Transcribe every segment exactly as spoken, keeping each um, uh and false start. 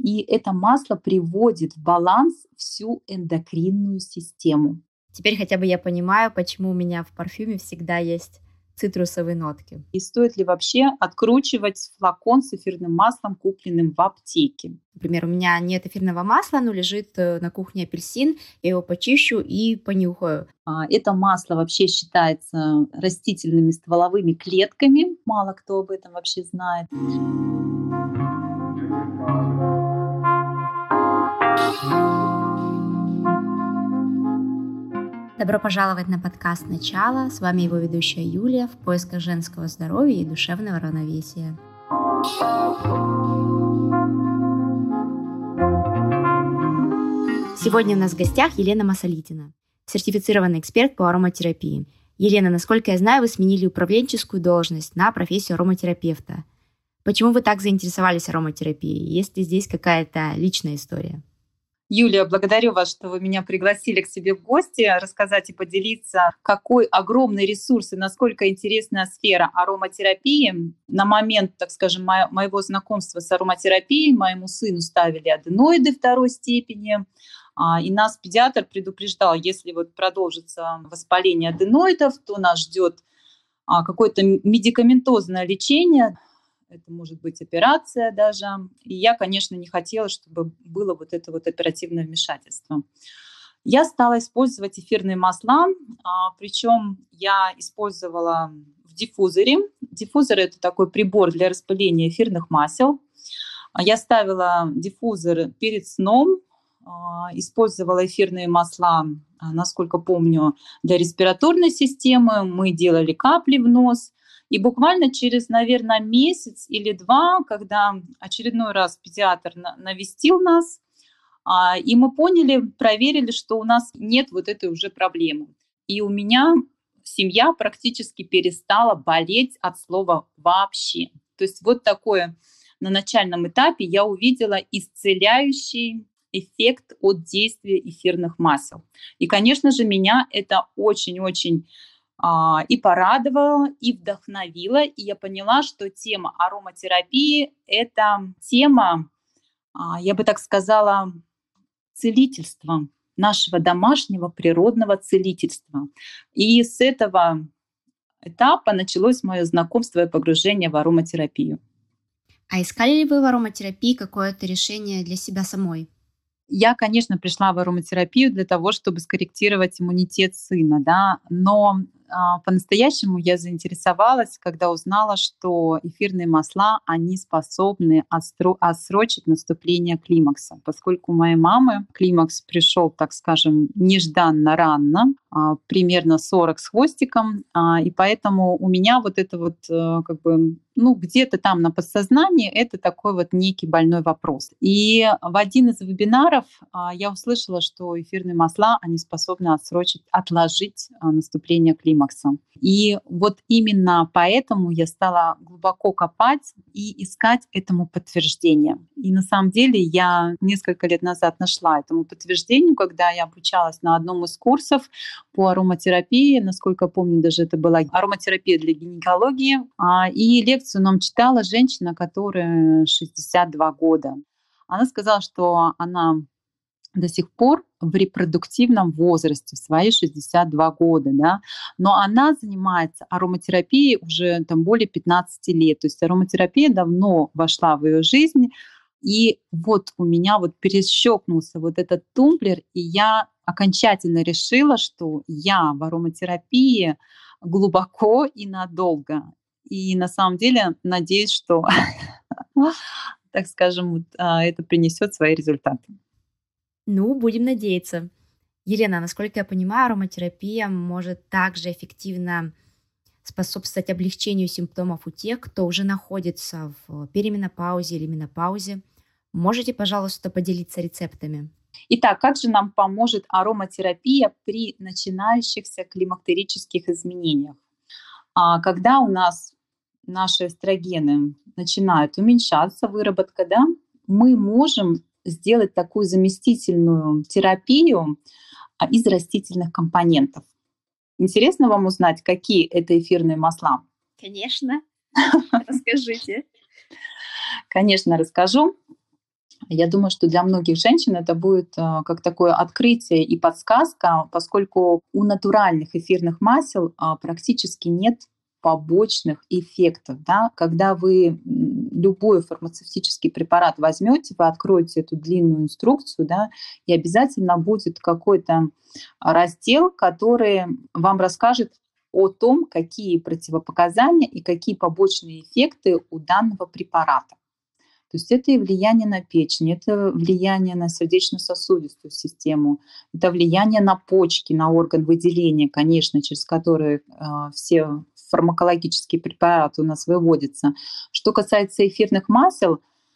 И это масло приводит в баланс всю эндокринную систему. Теперь хотя бы я понимаю, почему у меня в парфюме всегда есть цитрусовые нотки. И стоит ли вообще откручивать флакон с эфирным маслом, купленным в аптеке? Например, у меня нет эфирного масла, но лежит на кухне апельсин, я его почищу и понюхаю. Это масло вообще считается растительными стволовыми клетками. Мало кто об этом вообще знает. Добро пожаловать на подкаст «Начало». С вами его ведущая Юлия в поисках женского здоровья и душевного равновесия. Сегодня у нас в гостях Елена Масолитина, сертифицированный эксперт по ароматерапии. Елена, насколько я знаю, вы сменили управленческую должность на профессию ароматерапевта. Почему вы так заинтересовались ароматерапией? Есть ли здесь какая-то личная история? Юлия, благодарю вас, что вы меня пригласили к себе в гости, рассказать и поделиться, какой огромный ресурс и насколько интересная сфера ароматерапии. На момент, так скажем, мо- моего знакомства с ароматерапией моему сыну ставили аденоиды второй степени, а, и нас педиатр предупреждал, если вот продолжится воспаление аденоидов, то нас ждет а, какое-то медикаментозное лечение. Это может быть операция даже. И я, конечно, не хотела, чтобы было вот это вот оперативное вмешательство. Я стала использовать эфирные масла, причем я использовала в диффузоре. Диффузор — это такой прибор для распыления эфирных масел. Я ставила диффузор перед сном, использовала эфирные масла, насколько помню, для респираторной системы. Мы делали капли в нос. И буквально через, наверное, месяц или два, когда очередной раз педиатр навестил нас, и мы поняли, проверили, что у нас нет вот этой уже проблемы. И у меня семья практически перестала болеть от слова «вообще». То есть вот такое на начальном этапе я увидела исцеляющий эффект от действия эфирных масел. И, конечно же, меня это очень-очень и порадовало, и вдохновило. И я поняла, что тема ароматерапии — это тема, я бы так сказала, целительства, нашего домашнего природного целительства. И с этого этапа началось мое знакомство и погружение в ароматерапию. А искали ли вы в ароматерапии какое-то решение для себя самой? Я, конечно, пришла в ароматерапию для того, чтобы скорректировать иммунитет сына, да, но а, по-настоящему я заинтересовалась, когда узнала, что эфирные масла, они способны отстро- отсрочить наступление климакса. Поскольку у моей мамы климакс пришел, так скажем, нежданно-ранно, а, примерно сорок с хвостиком, а, и поэтому у меня вот это вот а, как бы ну, где-то там на подсознании это такой вот некий больной вопрос. И в один из вебинаров а, я услышала, что эфирные масла, они способны отсрочить, отложить а, наступление климакса. И вот именно поэтому я стала глубоко копать и искать этому подтверждение. И на самом деле я несколько лет назад нашла этому подтверждению, когда я обучалась на одном из курсов по ароматерапии. Насколько помню, даже это была ароматерапия для гинекологии. И лекцию нам читала женщина, которая шестьдесят два года. Она сказала, что она до сих пор в репродуктивном возрасте, в свои шестьдесят два года, да, но она занимается ароматерапией уже там более пятнадцати лет. То есть ароматерапия давно вошла в ее жизнь. И вот у меня вот перещелкнулся вот этот тумблер, и я окончательно решила, что я в ароматерапии глубоко и надолго. И на самом деле надеюсь, что, так скажем, это принесет свои результаты. Ну, будем надеяться. Елена, насколько я понимаю, ароматерапия может также эффективно способствовать облегчению симптомов у тех, кто уже находится в перименопаузе или менопаузе. Можете, пожалуйста, поделиться рецептами? Итак, как же нам поможет ароматерапия при начинающихся климактерических изменениях? А когда у нас наши эстрогены начинают уменьшаться, выработка, да, мы можем сделать такую заместительную терапию из растительных компонентов. Интересно вам узнать, какие это эфирные масла? Конечно. Расскажите. Конечно, расскажу. Я думаю, что для многих женщин это будет а, как такое открытие и подсказка, поскольку у натуральных эфирных масел а, практически нет побочных эффектов. Да? Когда вы м, любой фармацевтический препарат возьмете, вы откроете эту длинную инструкцию, да, и обязательно будет какой-то раздел, который вам расскажет о том, какие противопоказания и какие побочные эффекты у данного препарата. То есть это и влияние на печень, это влияние на сердечно-сосудистую систему, это влияние на почки, на орган выделения, конечно, через который э, все фармакологические препараты у нас выводятся. Что касается эфирных масел,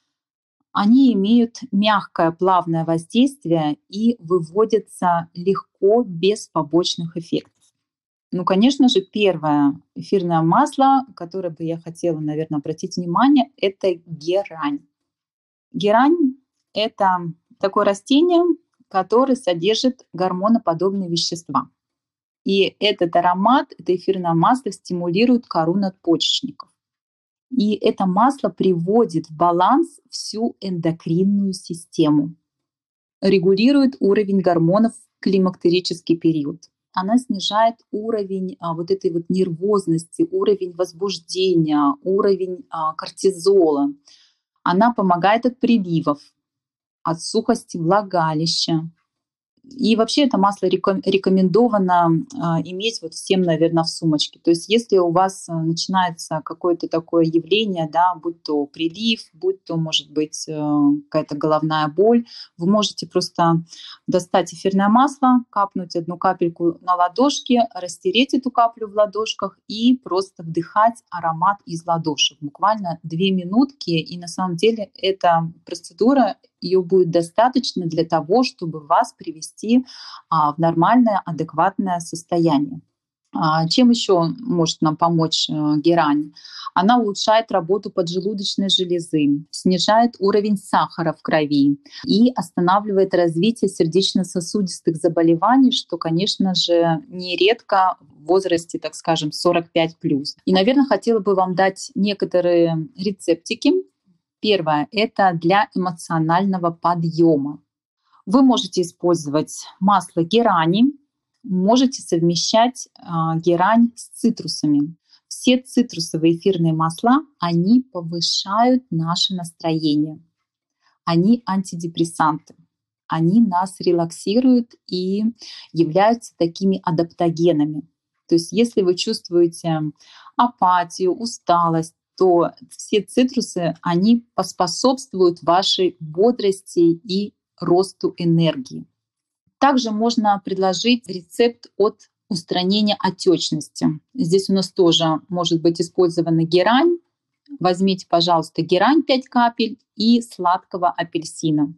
они имеют мягкое, плавное воздействие и выводятся легко, без побочных эффектов. Ну, конечно же, первое эфирное масло, которое бы я хотела, наверное, обратить внимание, это герань. Герань– это такое растение, которое содержит гормоноподобные вещества. И этот аромат, это эфирное масло стимулирует кору надпочечников. И это масло приводит в баланс всю эндокринную систему, регулирует уровень гормонов в климактерический период. Она снижает уровень а, вот этой вот нервозности, уровень возбуждения, уровень а, кортизола. Она помогает от приливов, от сухости влагалища. И вообще это масло рекомендовано а, иметь вот всем, наверное, в сумочке. То есть если у вас а, начинается какое-то такое явление, да, будь то прилив, будь то, может быть, а, какая-то головная боль, вы можете просто достать эфирное масло, капнуть одну капельку на ладошки, растереть эту каплю в ладошках и просто вдыхать аромат из ладошек. Буквально две минутки, и на самом деле эта процедура, ее будет достаточно для того, чтобы вас привести а, в нормальное, адекватное состояние. А, чем еще может нам помочь а, герань? Она улучшает работу поджелудочной железы, снижает уровень сахара в крови и останавливает развитие сердечно-сосудистых заболеваний, что, конечно же, нередко в возрасте, так скажем, сорок пять плюс. И, наверное, хотела бы вам дать некоторые рецептики. Первое– это для эмоционального подъема. Вы можете использовать масло герани, можете совмещать э, герань с цитрусами. Все цитрусовые эфирные масла, они повышают наше настроение. Они антидепрессанты. Они нас релаксируют и являются такими адаптогенами. То есть если вы чувствуете апатию, усталость, то все цитрусы, они поспособствуют вашей бодрости и росту энергии. Также можно предложить рецепт от устранения отечности. Здесь у нас тоже может быть использована герань. Возьмите, пожалуйста, герань пять капель и сладкого апельсина.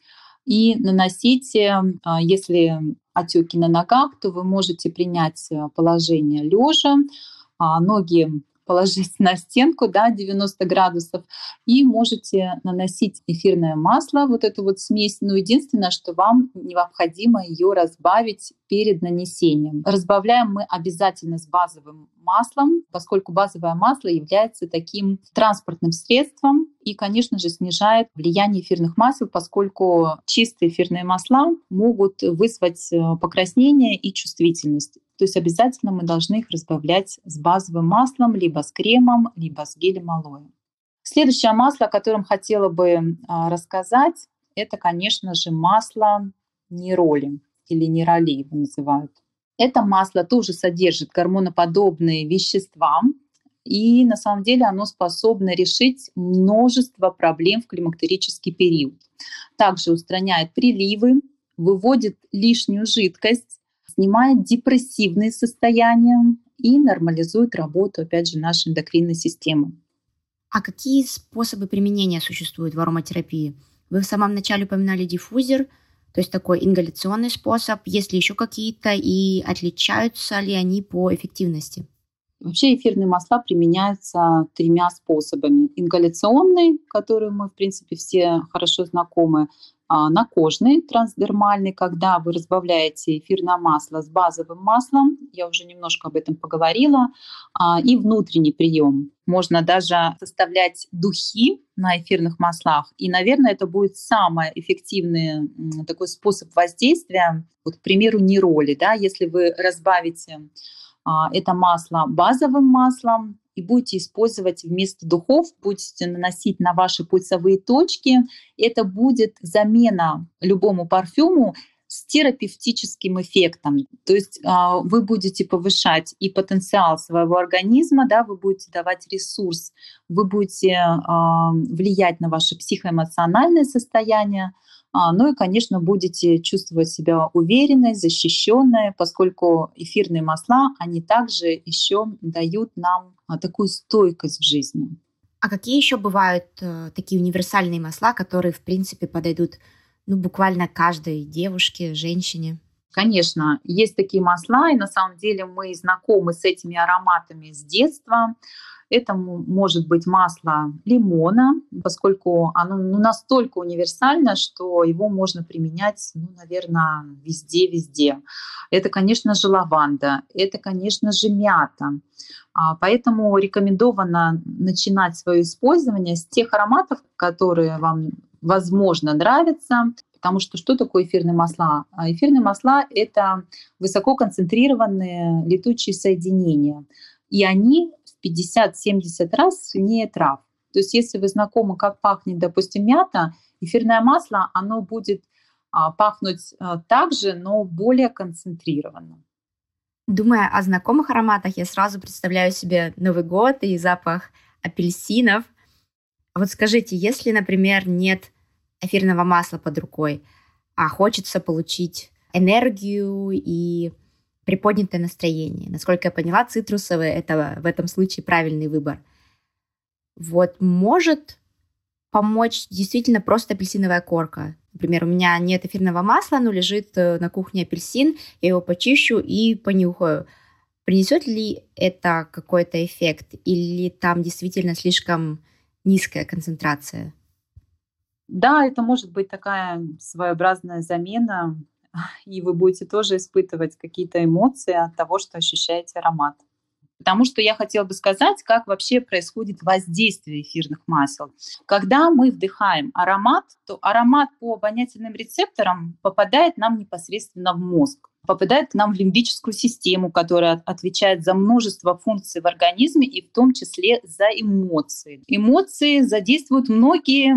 И наносите, если отеки на ногах, то вы можете принять положение лежа, ноги положить на стенку, да, девяносто градусов, и можете наносить эфирное масло, вот эту вот смесь. Но единственное, что вам необходимо ее разбавить перед нанесением. Разбавляем мы обязательно с базовым маслом, поскольку базовое масло является таким транспортным средством и, конечно же, снижает влияние эфирных масел, поскольку чистые эфирные масла могут вызвать покраснение и чувствительность. То есть обязательно мы должны их разбавлять с базовым маслом, либо с кремом, либо с гелем алоэ. Следующее масло, о котором хотела бы рассказать, это, конечно же, масло нероли или нероли его называют. Это масло тоже содержит гормоноподобные вещества, и на самом деле оно способно решить множество проблем в климактерический период. Также устраняет приливы, выводит лишнюю жидкость, снимает депрессивные состояния и нормализует работу, опять же, нашей эндокринной системы. А какие способы применения существуют в ароматерапии? Вы в самом начале упоминали диффузер, то есть такой ингаляционный способ. Есть ли еще какие-то и отличаются ли они по эффективности? Вообще эфирные масла применяются тремя способами. Ингаляционный, который мы, в принципе, все хорошо знакомы, а, накожный, трансдермальный, когда вы разбавляете эфирное масло с базовым маслом, я уже немножко об этом поговорила, а, и внутренний прием. Можно даже составлять духи на эфирных маслах, и, наверное, это будет самый эффективный м, такой способ воздействия. Вот, к примеру, нероли, да, если вы разбавите а, это масло базовым маслом и будете использовать вместо духов, будете наносить на ваши пульсовые точки. Это будет замена любому парфюму с терапевтическим эффектом. То есть а, вы будете повышать и потенциал своего организма, да, вы будете давать ресурс, вы будете а, влиять на ваше психоэмоциональное состояние. А, Ну и, конечно, будете чувствовать себя уверенной, защищенной, поскольку эфирные масла, они также еще дают нам а, такую стойкость в жизни. А какие еще бывают э, такие универсальные масла, которые, в принципе, подойдут ну, буквально каждой девушке, женщине? Конечно, есть такие масла, и на самом деле мы знакомы с этими ароматами с детства. Это м- может быть масло лимона, поскольку оно ну, настолько универсально, что его можно применять, ну, наверное, везде-везде. Это, конечно же, лаванда, это, конечно же, мята. А, Поэтому рекомендовано начинать свое использование с тех ароматов, которые вам, возможно, нравятся. Потому что что такое эфирные масла? А Эфирные масла — это высококонцентрированные летучие соединения, и они в пятьдесят-семьдесят раз сильнее трав. То есть если вы знакомы, как пахнет, допустим, мята, эфирное масло, оно будет а, пахнуть а, так же, но более концентрированно. Думая о знакомых ароматах, я сразу представляю себе Новый год и запах апельсинов. А вот скажите, если, например, нет эфирного масла под рукой, а хочется получить энергию и приподнятое настроение. Насколько я поняла, цитрусовые — это в этом случае правильный выбор. Вот может помочь действительно просто апельсиновая корка. Например, у меня нет эфирного масла, но лежит э, на кухне апельсин, я его почищу и понюхаю. Принесет ли это какой-то эффект или там действительно слишком низкая концентрация? Да, это может быть такая своеобразная замена, и вы будете тоже испытывать какие-то эмоции от того, что ощущаете аромат. Потому что я хотела бы сказать, как вообще происходит воздействие эфирных масел. Когда мы вдыхаем аромат, то аромат по обонятельным рецепторам попадает нам непосредственно в мозг, попадает к нам в лимбическую систему, которая отвечает за множество функций в организме и в том числе за эмоции. Эмоции задействуют многие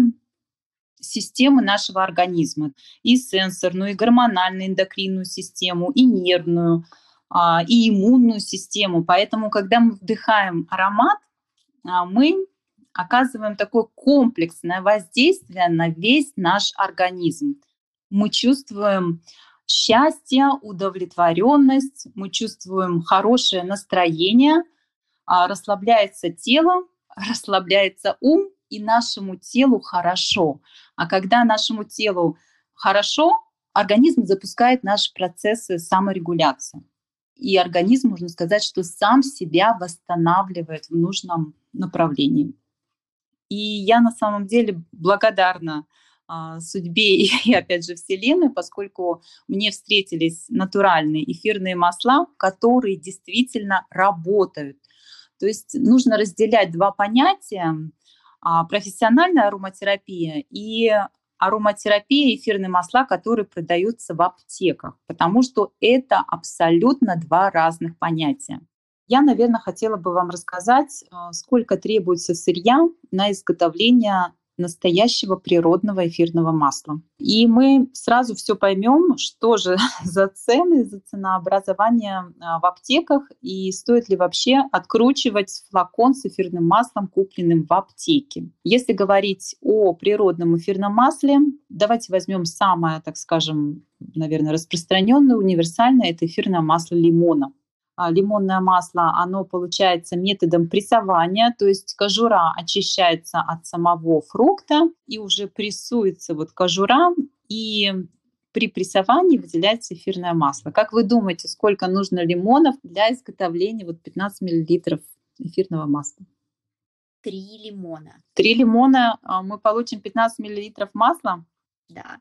системы нашего организма. И сенсорную, и гормональную, эндокринную систему, и нервную, а, и иммунную систему. Поэтому, когда мы вдыхаем аромат, а, мы оказываем такое комплексное воздействие на весь наш организм. Мы чувствуем счастье, удовлетворенность, мы чувствуем хорошее настроение, а, расслабляется тело, расслабляется ум, и нашему телу хорошо. А когда нашему телу хорошо, организм запускает наши процессы саморегуляции. И организм, можно сказать, что сам себя восстанавливает в нужном направлении. И я на самом деле благодарна а, судьбе и, и, опять же, Вселенной, поскольку мне встретились натуральные эфирные масла, которые действительно работают. То есть нужно разделять два понятия: а, профессиональная ароматерапия и ароматерапия, эфирные масла, которые продаются в аптеках, потому что это абсолютно два разных понятия. Я, наверное, хотела бы вам рассказать, а, сколько требуется сырья на изготовление настоящего природного эфирного масла. И мы сразу все поймем, что же за цены, за ценообразование а, в аптеках, и стоит ли вообще откручивать флакон с эфирным маслом, купленным в аптеке. Если говорить о природном эфирном масле, давайте возьмем самое, так скажем, наверное, распространенное, универсальное — это эфирное масло лимона. А, Лимонное масло, оно получается методом прессования, то есть кожура очищается от самого фрукта и уже прессуется вот кожура, и при прессовании выделяется эфирное масло. Как вы думаете, сколько нужно лимонов для изготовления вот пятнадцать миллилитров эфирного масла? Три лимона. Три лимона, а, мы получим пятнадцать миллилитров масла? Да.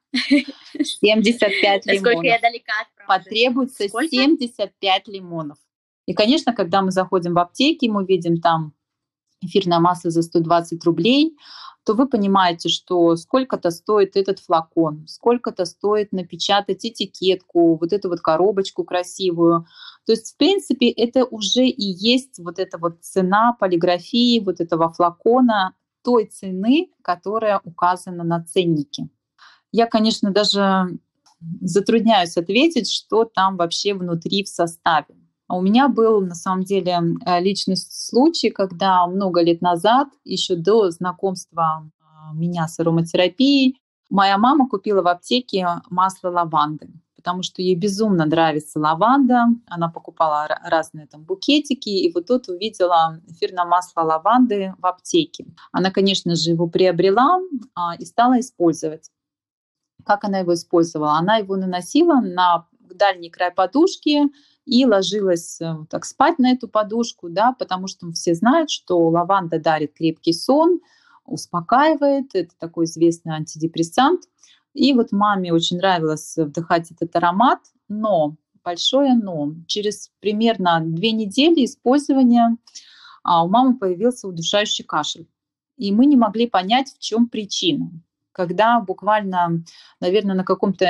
семьдесят пять Насколько я лимонов. далека от правды. Потребуется Сколько? семьдесят пять лимонов. И, конечно, когда мы заходим в аптеки, мы видим там эфирное масло за сто двадцать рублей, то вы понимаете, что сколько-то стоит этот флакон, сколько-то стоит напечатать этикетку, вот эту вот коробочку красивую. То есть, в принципе, это уже и есть вот эта вот цена полиграфии вот этого флакона, той цены, которая указана на ценнике. Я, конечно, даже затрудняюсь ответить, что там вообще внутри в составе. А у меня был, на самом деле, э, личный случай, когда много лет назад, еще до знакомства а, меня с ароматерапией, моя мама купила в аптеке масло лаванды, потому что ей безумно нравится лаванда. Она покупала ра- разные там букетики, и вот тут увидела эфирное масло лаванды в аптеке. Она, конечно же, его приобрела а, и стала использовать. Как она его использовала? Она его наносила на дальний край подушки и ложилась э, вот так спать на эту подушку, да, потому что все знают, что лаванда дарит крепкий сон, успокаивает, это такой известный антидепрессант. И вот маме очень нравилось вдыхать этот аромат, но, большое но, через примерно две недели использования а, у мамы появился удушающий кашель. И мы не могли понять, в чем причина. Когда буквально, наверное, на каком-то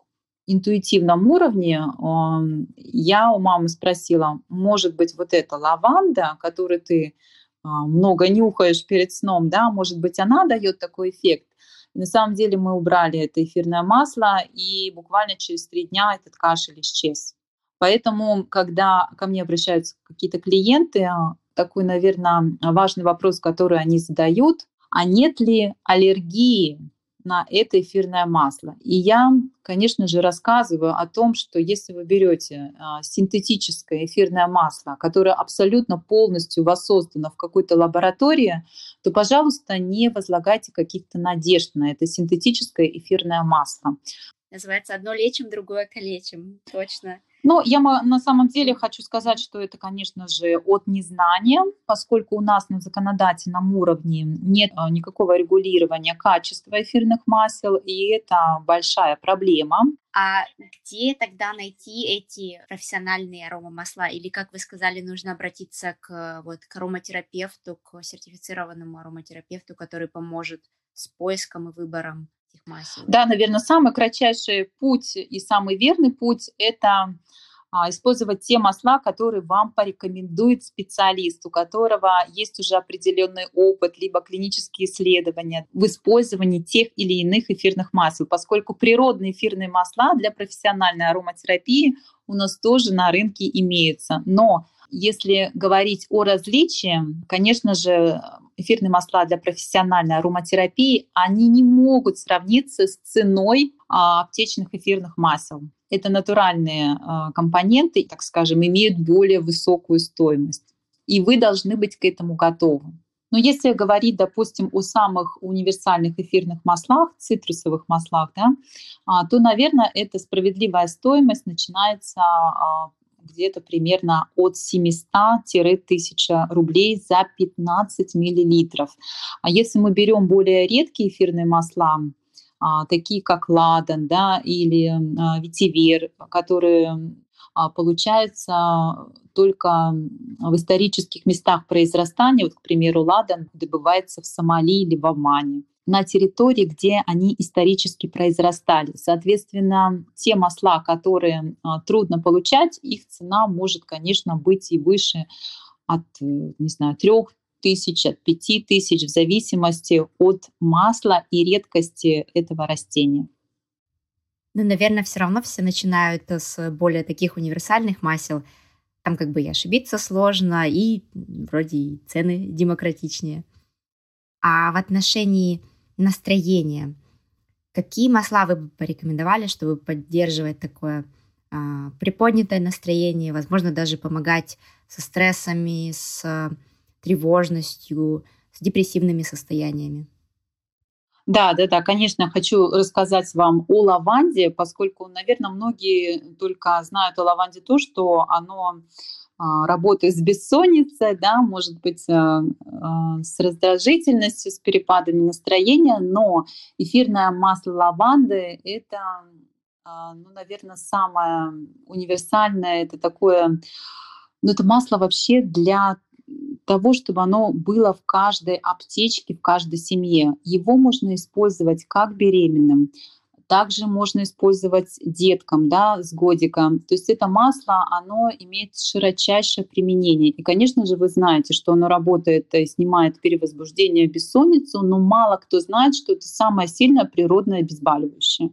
интуитивном уровне ам, я у мамы спросила, может быть, вот эта лаванда, которую ты а, много нюхаешь перед сном, да, может быть, она дает такой эффект. И на самом деле мы убрали это эфирное масло, и буквально через три дня этот кашель исчез. Поэтому, когда ко мне обращаются какие-то клиенты, а, такой, наверное, важный вопрос, который они задают, а нет ли аллергии на это эфирное масло. И я, конечно же, рассказываю о том, что если вы берете а, синтетическое эфирное масло, которое абсолютно полностью воссоздано в какой-то лаборатории, то, пожалуйста, не возлагайте каких-то надежд на это синтетическое эфирное масло. Называется «Одно лечим, другое калечим». Точно. Но я ма- на самом деле хочу сказать, что это, конечно же, от незнания, поскольку у нас на законодательном уровне нет а, никакого регулирования качества эфирных масел, и это большая проблема. А где тогда найти эти профессиональные аромамасла? Или, как вы сказали, нужно обратиться к, вот, к ароматерапевту, к сертифицированному ароматерапевту, который поможет с поиском и выбором этих масел? Да, наверное, самый кратчайший путь и самый верный путь — это а, использовать те масла, которые вам порекомендует специалист, у которого есть уже определенный опыт, либо клинические исследования в использовании тех или иных эфирных масел, поскольку природные эфирные масла для профессиональной ароматерапии у нас тоже на рынке имеются. Но если говорить о различии, конечно же, эфирные масла для профессиональной ароматерапии, они не могут сравниться с ценой а, аптечных эфирных масел. Это натуральные а, компоненты, так скажем, имеют более высокую стоимость. И вы должны быть к этому готовы. Но если говорить, допустим, о самых универсальных эфирных маслах, цитрусовых маслах, да, а, то, наверное, эта справедливая стоимость начинается а, где-то примерно от семьсот - тысяча рублей за пятнадцать миллилитров. А если мы берем более редкие эфирные масла, а, такие как ладан, да, или а, ветивер, которые а, получаются только в исторических местах произрастания, вот, к примеру, ладан добывается в Сомали или в Омане, на территории, где они исторически произрастали. Соответственно, те масла, которые а, трудно получать, их цена может, конечно, быть и выше от, э, не знаю, трех тысяч, от пяти тысяч, в зависимости от масла и редкости этого растения. Ну, наверное, все равно все начинают э, с более таких универсальных масел. Там как бы и ошибиться сложно, и м, вроде и цены демократичнее. А в отношении настроения, какие масла вы бы порекомендовали, чтобы поддерживать такое а, приподнятое настроение, возможно, даже помогать со стрессами, с а, тревожностью, с депрессивными состояниями? Да-да-да, конечно, хочу рассказать вам о лаванде, поскольку, наверно, многие только знают о лаванде то, что оно, а, работает с бессонницей, да, может быть, а, а, с раздражительностью, с перепадами настроения, но эфирное масло лаванды- это, а, ну, наверно, самое универсальное. Это такое, ну, это масло вообще для того, чтобы оно было в каждой аптечке, в каждой семье. Его можно использовать как беременным, также можно использовать деткам, да, с годика. То есть это масло, оно имеет широчайшее применение. И, конечно же, вы знаете, что оно работает и снимает перевозбуждение, бессонницу, но мало кто знает, что это самое сильное природное обезболивающее.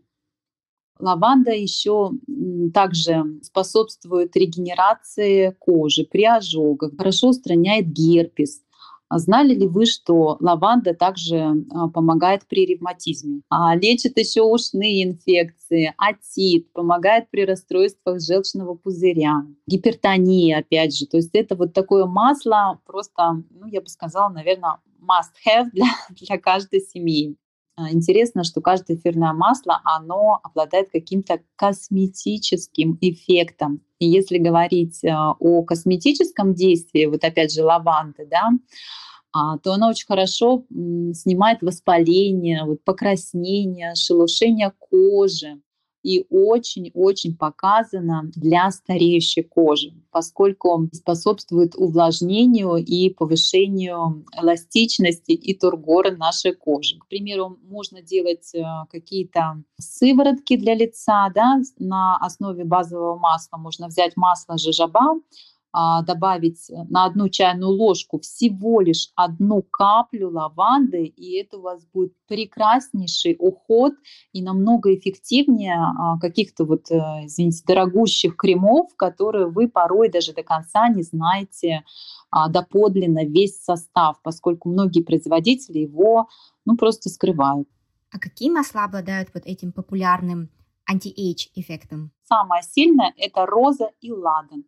Лаванда еще, м, также способствует регенерации кожи при ожогах, хорошо устраняет герпес. А знали ли вы, что лаванда также, а, помогает при ревматизме? А, лечит еще ушные инфекции, отит, помогает при расстройствах желчного пузыря, гипертонии, опять же. То есть это вот такое масло просто, ну, я бы сказала, наверно, must have для для каждой семьи. А, интересно, что каждое эфирное масло, оно обладает каким-то косметическим эффектом. И если говорить, а, о косметическом действии, вот опять же лаванды, да, а, то она очень хорошо, м, снимает воспаление, вот покраснение, шелушение кожи и очень-очень показано для стареющей кожи, поскольку способствует увлажнению и повышению эластичности и тургора нашей кожи. К примеру, можно делать, а, какие-то сыворотки для лица, да, с на основе базового масла. Можно взять масло жожоба, а, добавить на одну чайную ложку всего лишь одну каплю лаванды, и это у вас будет прекраснейший уход и намного эффективнее, а, каких-то вот, э, извините, дорогущих кремов, которые вы порой даже до конца не знаете, а, доподлинно весь состав, поскольку многие производители его, ну, просто скрывают. А какие масла обладают вот этим популярным anti-age эффектом? Самое сильное- это роза и ладан.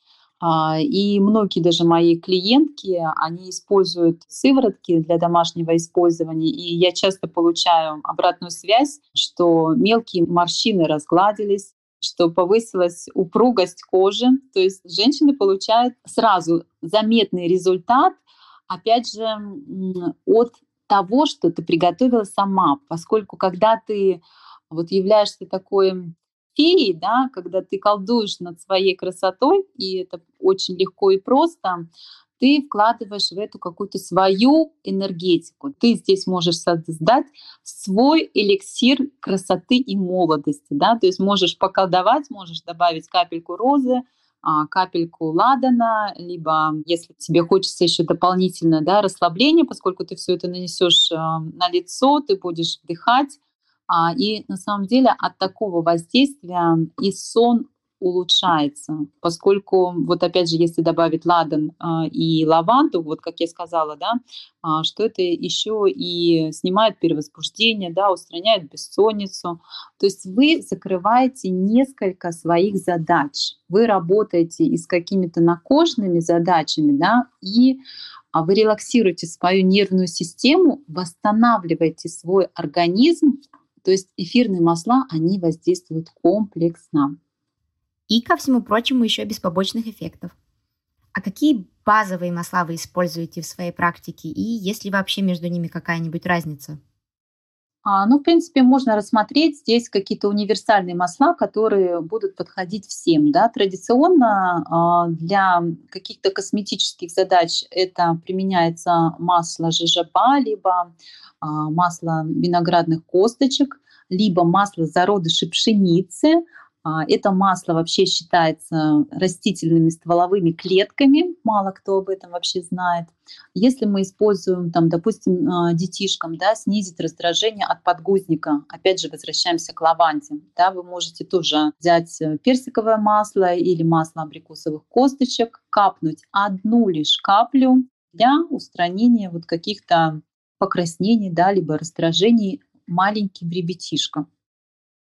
А, и многие даже мои клиентки, они используют сыворотки для домашнего использования, и я часто получаю обратную связь, что мелкие морщины разгладились, что повысилась упругость кожи. То есть женщины получают сразу заметный результат, опять же, м, от того, что ты приготовила сама. Поскольку когда ты вот являешься такой феей, да, когда ты колдуешь над своей красотой, и это очень легко и просто, ты вкладываешь в эту какую-то свою энергетику. Ты здесь можешь создать свой эликсир красоты и молодости, да. То есть можешь поколдовать, можешь добавить капельку розы, а, капельку ладана, либо, если тебе хочется еще дополнительно, да, расслабления, поскольку ты всё это нанесешь, а, на лицо, ты будешь вдыхать. А, и на самом деле от такого воздействия и сон улучшается, поскольку вот опять же, если добавить ладан, а, и лаванду, вот как я сказала, да, а, что это еще и снимает перевозбуждение, да, устраняет бессонницу. То есть вы закрываете несколько своих задач. Вы работаете и с какими-то накожными задачами, да, и, а, вы релаксируете свою нервную систему, восстанавливаете свой организм. То есть эфирные масла, они воздействуют комплексно. И, ко всему прочему, еще без побочных эффектов. А какие базовые масла вы используете в своей практике и есть ли вообще между ними какая-нибудь разница? А, ну, в принципе, можно рассмотреть здесь какие-то универсальные масла, которые будут подходить всем, да. Традиционно, а, для каких-то косметических задач это применяется масло жожоба, либо, а, масло виноградных косточек, либо масло зародышей пшеницы. А, это масло вообще считается растительными стволовыми клетками. Мало кто об этом вообще знает. Если мы используем там, допустим, а, детишкам, да, снизить раздражение от подгузника, опять же, возвращаемся к лаванде, да, вы можете тоже взять, э, персиковое масло или масло абрикосовых косточек, капнуть одну лишь каплю для устранения вот каких-то покраснений, да, либо раздражений маленьким ребятишкам.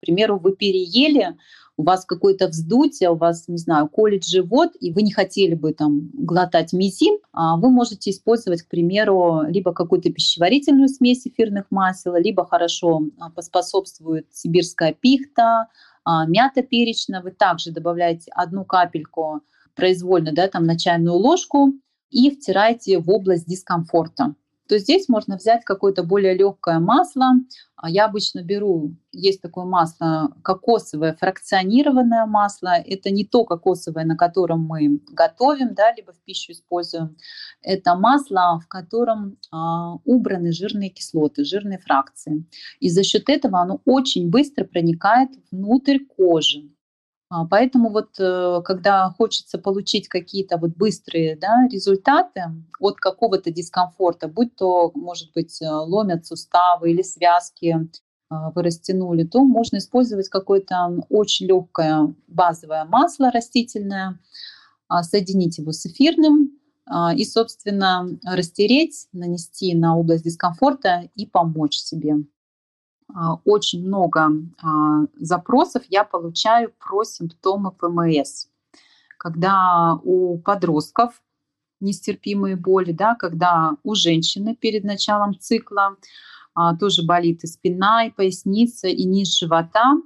примеру, вы переели, у вас какое-то вздутие, у вас, не знаю, колет живот, и вы не хотели бы там глотать мизим, а вы можете использовать, к примеру, либо какую-то пищеварительную смесь эфирных масел, либо хорошо а, поспособствует сибирская пихта, а, мята перечная. Вы также добавляете одну капельку произвольно, да, там на чайную ложку и втираете в область дискомфорта. То здесь можно взять какое-то более легкое масло. А Я обычно беру, есть такое масло, кокосовое фракционированное масло. Это не то кокосовое, на котором мы готовим, да, либо в пищу используем. Это масло, в котором а, убраны жирные кислоты, жирные фракции. И за счет этого оно очень быстро проникает внутрь кожи. А, Поэтому вот э, когда хочется получить какие-то вот быстрые, да, результаты от какого-то дискомфорта, будь то, может быть, э, ломят суставы или связки, а, вы растянули, то можно использовать какое-то очень легкое базовое масло растительное, а, соединить его с эфирным а, и, собственно, растереть, нанести на область дискомфорта и помочь себе. А, Очень много а, запросов я получаю про симптомы П М С, когда у подростков нестерпимые боли, да, когда у женщины перед началом цикла а, тоже болит и спина, и поясница, и низ живота.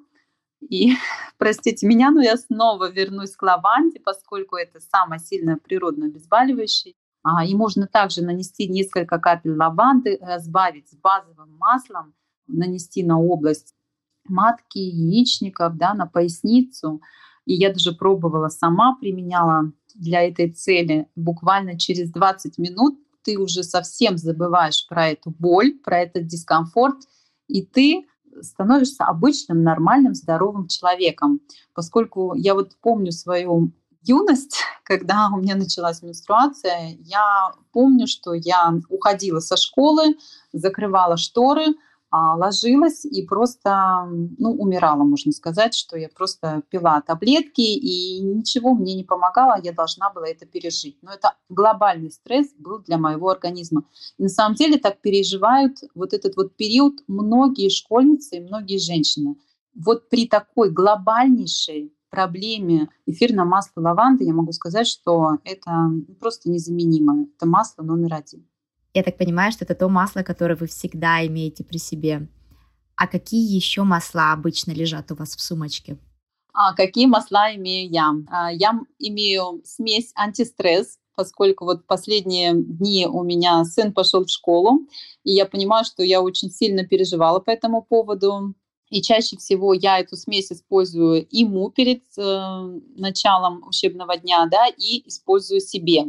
И, простите меня, но я снова вернусь к лаванде, поскольку это самое сильное природное обезболивающее. А, И можно также нанести несколько капель лаванды, разбавить с базовым маслом, нанести на область матки, яичников, да, на поясницу. И я даже пробовала сама, применяла для этой цели. Буквально через двадцать минут ты уже совсем забываешь про эту боль, про этот дискомфорт, и ты становишься обычным, нормальным, здоровым человеком. Поскольку я вот помню свою юность, когда у меня началась менструация, я помню, что я уходила со школы, закрывала шторы, а, ложилась и просто, ну, умирала, можно сказать, что я просто пила таблетки, и ничего мне не помогало, я должна была это пережить. Но это глобальный стресс был для моего организма. И на самом деле так переживают вот этот вот период многие школьницы и многие женщины. Вот при такой глобальнейшей проблеме эфирное масло лаванды я могу сказать, что это просто незаменимое. Это масло номер один. Я так понимаю, что это то масло, которое вы всегда имеете при себе. А какие еще масла обычно лежат у вас в сумочке? А какие масла имею я? А, Я м- имею смесь антистресс, поскольку вот последние дни у меня сын пошел в школу, и я понимаю, что я очень сильно переживала по этому поводу. И чаще всего я эту смесь использую ему перед э, началом учебного дня, да, и использую себе.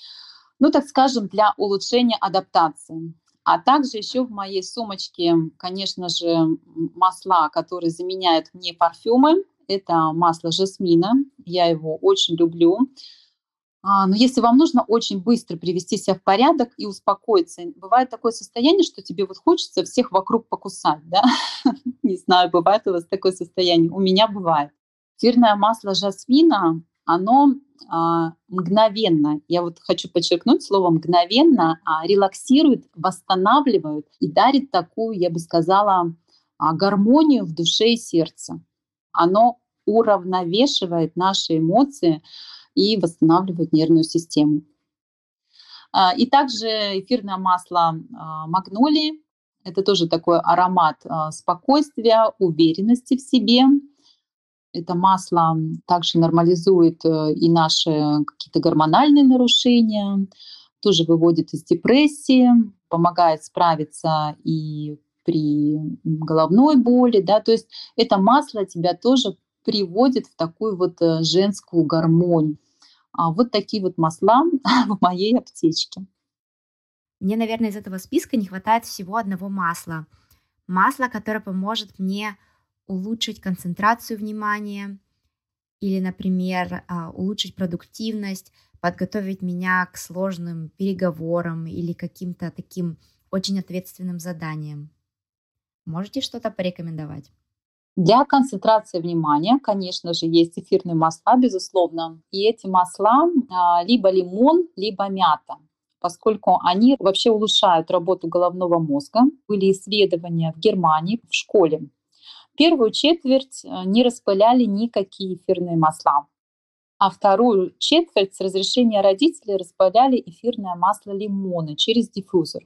Ну, так скажем, для улучшения адаптации. А также еще в моей сумочке, конечно же, м, масла, которые заменяют мне парфюмы. Это масло жасмина. Я его очень люблю. А, Но если вам нужно очень быстро привести себя в порядок и успокоиться, бывает такое состояние, что тебе вот хочется всех вокруг покусать, да? Не знаю, бывает у вас такое состояние. У меня бывает. Эфирное масло жасмина, оно а, мгновенно, я вот хочу подчеркнуть слово мгновенно, а, релаксирует, восстанавливает и дарит такую, я бы сказала, а, гармонию в душе и сердце. Оно уравновешивает наши эмоции и восстанавливает нервную систему. А, И также эфирное масло а, магнолии. Это тоже такой аромат а, спокойствия, уверенности в себе. Это масло м, также нормализует э, и наши какие-то гормональные нарушения, тоже выводит из депрессии, помогает справиться и при м, головной боли, да, то есть это масло тебя тоже приводит в такую вот э, женскую гармонию. А вот такие вот масла в моей аптечке. Мне, наверное, из этого списка не хватает всего одного масла. Масло, которое поможет мне улучшить концентрацию внимания или, например, а, улучшить продуктивность, подготовить меня к сложным переговорам или каким-то таким очень ответственным заданиям. Можете что-то порекомендовать? Для концентрации внимания, конечно же, есть эфирные масла, безусловно. И эти масла а, либо лимон, либо мята, поскольку они вообще улучшают работу головного мозга. Были исследования в Германии в школе. Первую четверть э, не распыляли никакие эфирные масла, а вторую четверть с разрешения родителей распыляли эфирное масло лимона через диффузор.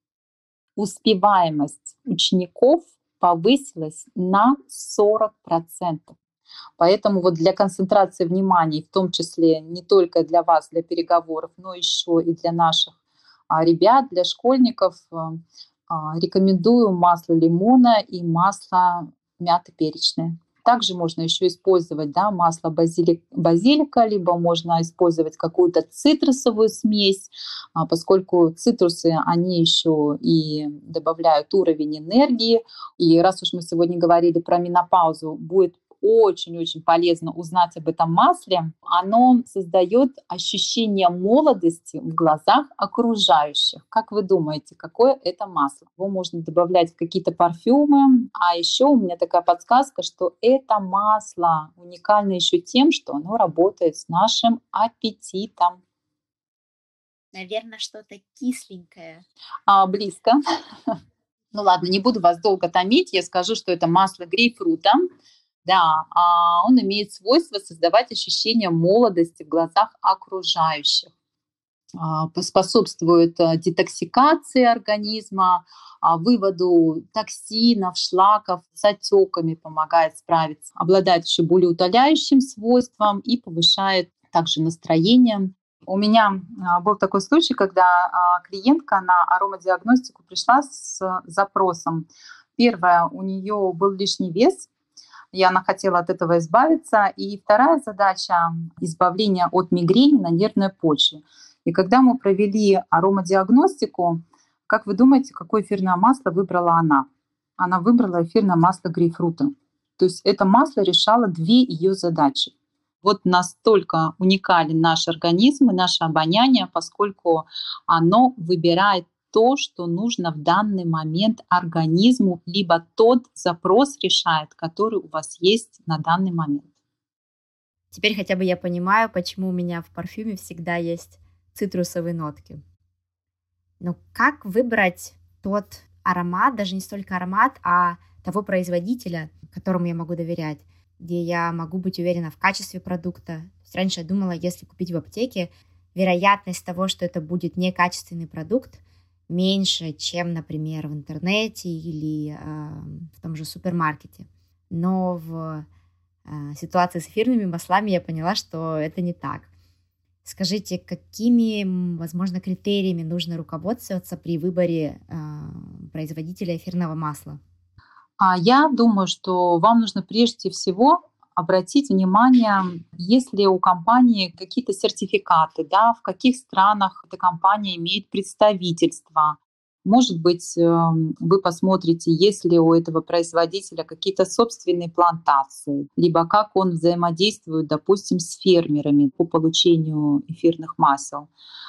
Успеваемость учеников повысилась на сорок процентов. Поэтому вот для концентрации внимания, в том числе не только для вас, для переговоров, но еще и для наших а, ребят, для школьников, а, а, рекомендую масло лимона и масло мяты перечное. Также можно еще использовать, да, масло базилик, базилика, либо можно использовать какую-то цитрусовую смесь, а, поскольку цитрусы, они еще и добавляют уровень энергии. И раз уж мы сегодня говорили про менопаузу, будет очень-очень полезно узнать об этом масле. Оно создает ощущение молодости в глазах окружающих. Как вы думаете, какое это масло? Его можно добавлять в какие-то парфюмы. А еще у меня такая подсказка, что это масло уникально еще тем, что оно работает с нашим аппетитом. Наверное, что-то кисленькое. А, близко. Ну ладно, не буду вас долго томить. Я скажу, что это масло грейпфрута. Да, а он имеет свойство создавать ощущение молодости в глазах окружающих. А, поспособствует а, детоксикации организма, а, выводу токсинов, шлаков, с отеками помогает справиться. Обладает еще болеутоляющим свойством и повышает также настроение. У меня а, был такой случай, когда а, клиентка на аромадиагностику пришла с запросом. Первое, у нее был лишний вес, и она хотела от этого избавиться. И вторая задача — избавление от мигрени на нервной почве. И когда мы провели аромадиагностику, как вы думаете, какое эфирное масло выбрала она? Она выбрала эфирное масло грейпфрута. То есть это масло решало две ее задачи. Вот настолько уникален наш организм и наше обоняние, поскольку оно выбирает то, что нужно в данный момент организму, либо тот запрос решает, который у вас есть на данный момент. Теперь хотя бы я понимаю, почему у меня в парфюме всегда есть цитрусовые нотки. Но как выбрать тот аромат, даже не столько аромат, а того производителя, которому я могу доверять, где я могу быть уверена в качестве продукта? То есть раньше я думала, если купить в аптеке, вероятность того, что это будет некачественный продукт, меньше, чем, например, в интернете или э, в том же супермаркете. Но в э, ситуации с эфирными маслами я поняла, что это не так. Скажите, какими, возможно, критериями нужно руководствоваться при выборе э, производителя эфирного масла? А я думаю, что вам нужно прежде всего обратить внимание, есть ли у компании какие-то сертификаты, да, в каких странах эта компания имеет представительство. Может быть, эм, вы посмотрите, есть ли у этого производителя какие-то собственные плантации, либо как он взаимодействует, допустим, с фермерами по получению эфирных масел.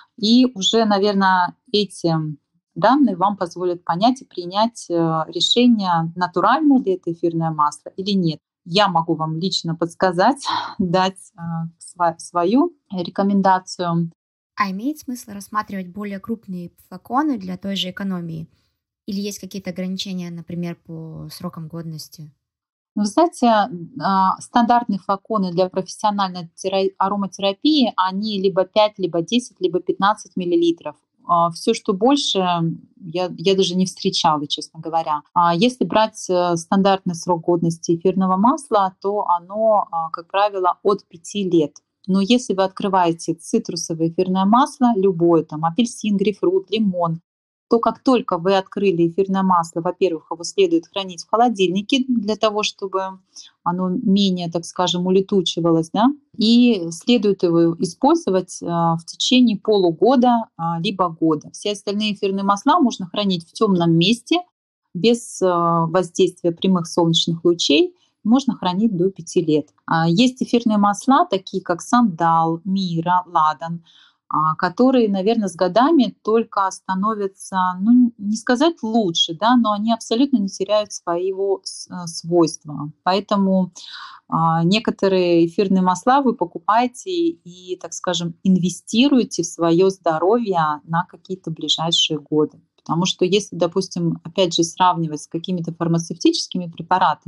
И уже, наверное, эти данные вам позволят понять и принять э, решение, натуральное ли это эфирное масло или нет. Я могу вам лично подсказать, дать э, сва- свою рекомендацию. А имеет смысл рассматривать более крупные флаконы для той же экономии? Или есть какие-то ограничения, например, по срокам годности? Вы знаете, а, стандартные флаконы для профессиональной тера- ароматерапии, они либо пять, либо десять, либо пятнадцать миллилитров. Все, что больше, я, я даже не встречала, честно говоря. А если брать э, стандартный срок годности эфирного масла, то оно, а, как правило, от пяти лет. Но если вы открываете цитрусовое эфирное масло, любое, там апельсин, грейпфрут, лимон, то как только вы открыли эфирное масло, во-первых, его следует хранить в холодильнике для того, чтобы оно менее, так скажем, улетучивалось, да, и следует его использовать а, в течение полугода а, либо года. Все остальные эфирные масла можно хранить в темном месте без а, воздействия прямых солнечных лучей. Можно хранить до пяти лет. А, Есть эфирные масла, такие как сандал, мира, ладан, а, которые, наверное, с годами только становятся, ну, не сказать лучше, да, но они абсолютно не теряют своего с- э, свойства. Поэтому а, некоторые эфирные масла вы покупаете и, так скажем, инвестируете в свое здоровье на какие-то ближайшие годы. Потому что если, допустим, опять же сравнивать с какими-то фармацевтическими препаратами,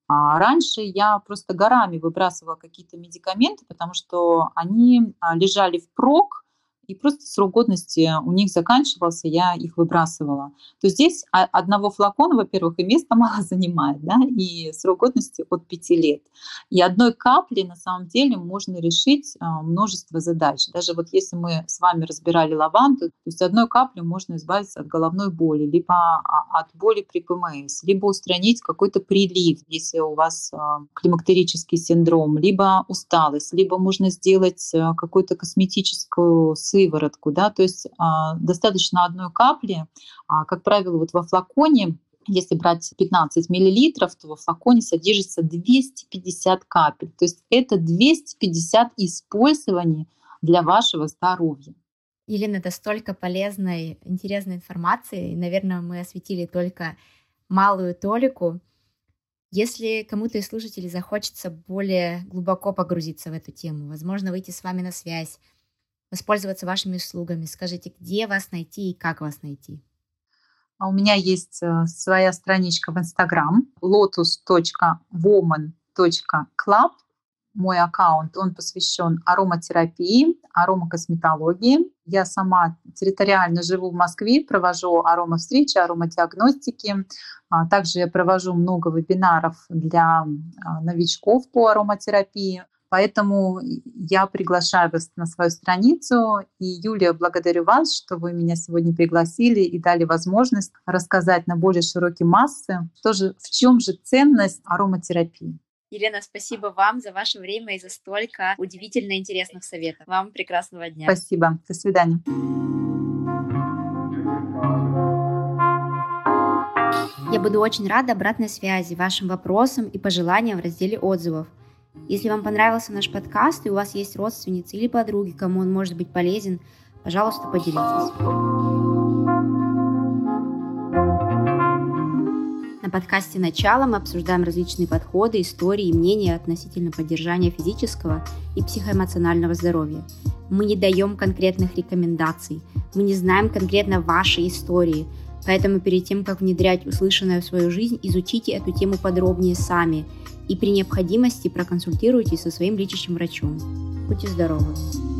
А раньше я просто горами выбрасывала какие-то медикаменты, потому что они а, лежали впрок, и просто срок годности у них заканчивался, я их выбрасывала. То есть здесь а- одного флакона, во-первых, и места мало занимает, да, и срок годности от пяти лет. И одной каплей на самом деле можно решить а, множество задач. Даже вот если мы с вами разбирали лаванду, то есть одной каплей можно избавиться от головной боли, либо а, от боли при ПМС, либо устранить какой-то прилив, если у вас а, климактерический синдром, либо усталость, либо можно сделать а, какую-то косметическую сыворотку, да, то есть а, достаточно одной капли, а, как правило, вот во флаконе, если брать пятнадцать миллилитров, то во флаконе содержится двести пятьдесят капель. То есть это двести пятьдесят использований для вашего здоровья. Елена, это столько полезной, интересной информации. И, наверное, мы осветили только малую толику. Если кому-то из слушателей захочется более глубоко погрузиться в эту тему, возможно, выйти с вами на связь, воспользоваться вашими услугами, скажите, где вас найти и как вас найти? А у меня есть э, своя страничка в Инстаграм lotus точка woman точка club. Мой аккаунт, он посвящен ароматерапии, аромакосметологии. Я сама территориально живу в Москве, провожу аромавстречи, аромадиагностики. А Также я провожу много вебинаров для а, новичков по ароматерапии. Поэтому я приглашаю вас на свою страницу. И, Юлия, благодарю вас, что вы меня сегодня пригласили и дали возможность рассказать на более широкие массы, что же, в чем же ценность ароматерапии. Елена, спасибо вам за ваше время и за столько удивительно интересных советов. Вам прекрасного дня. Спасибо. До свидания. Я буду очень рада обратной связи, вашим вопросам и пожеланиям в разделе отзывов. Если вам понравился наш подкаст и у вас есть родственницы или подруги, кому он может быть полезен, пожалуйста, поделитесь. На подкасте «Начало» мы обсуждаем различные подходы, истории и мнения относительно поддержания физического и психоэмоционального здоровья. Мы не даем конкретных рекомендаций, мы не знаем конкретно вашей истории, поэтому перед тем, как внедрять услышанное в свою жизнь, изучите эту тему подробнее сами и при необходимости проконсультируйтесь со своим лечащим врачом. Будьте здоровы!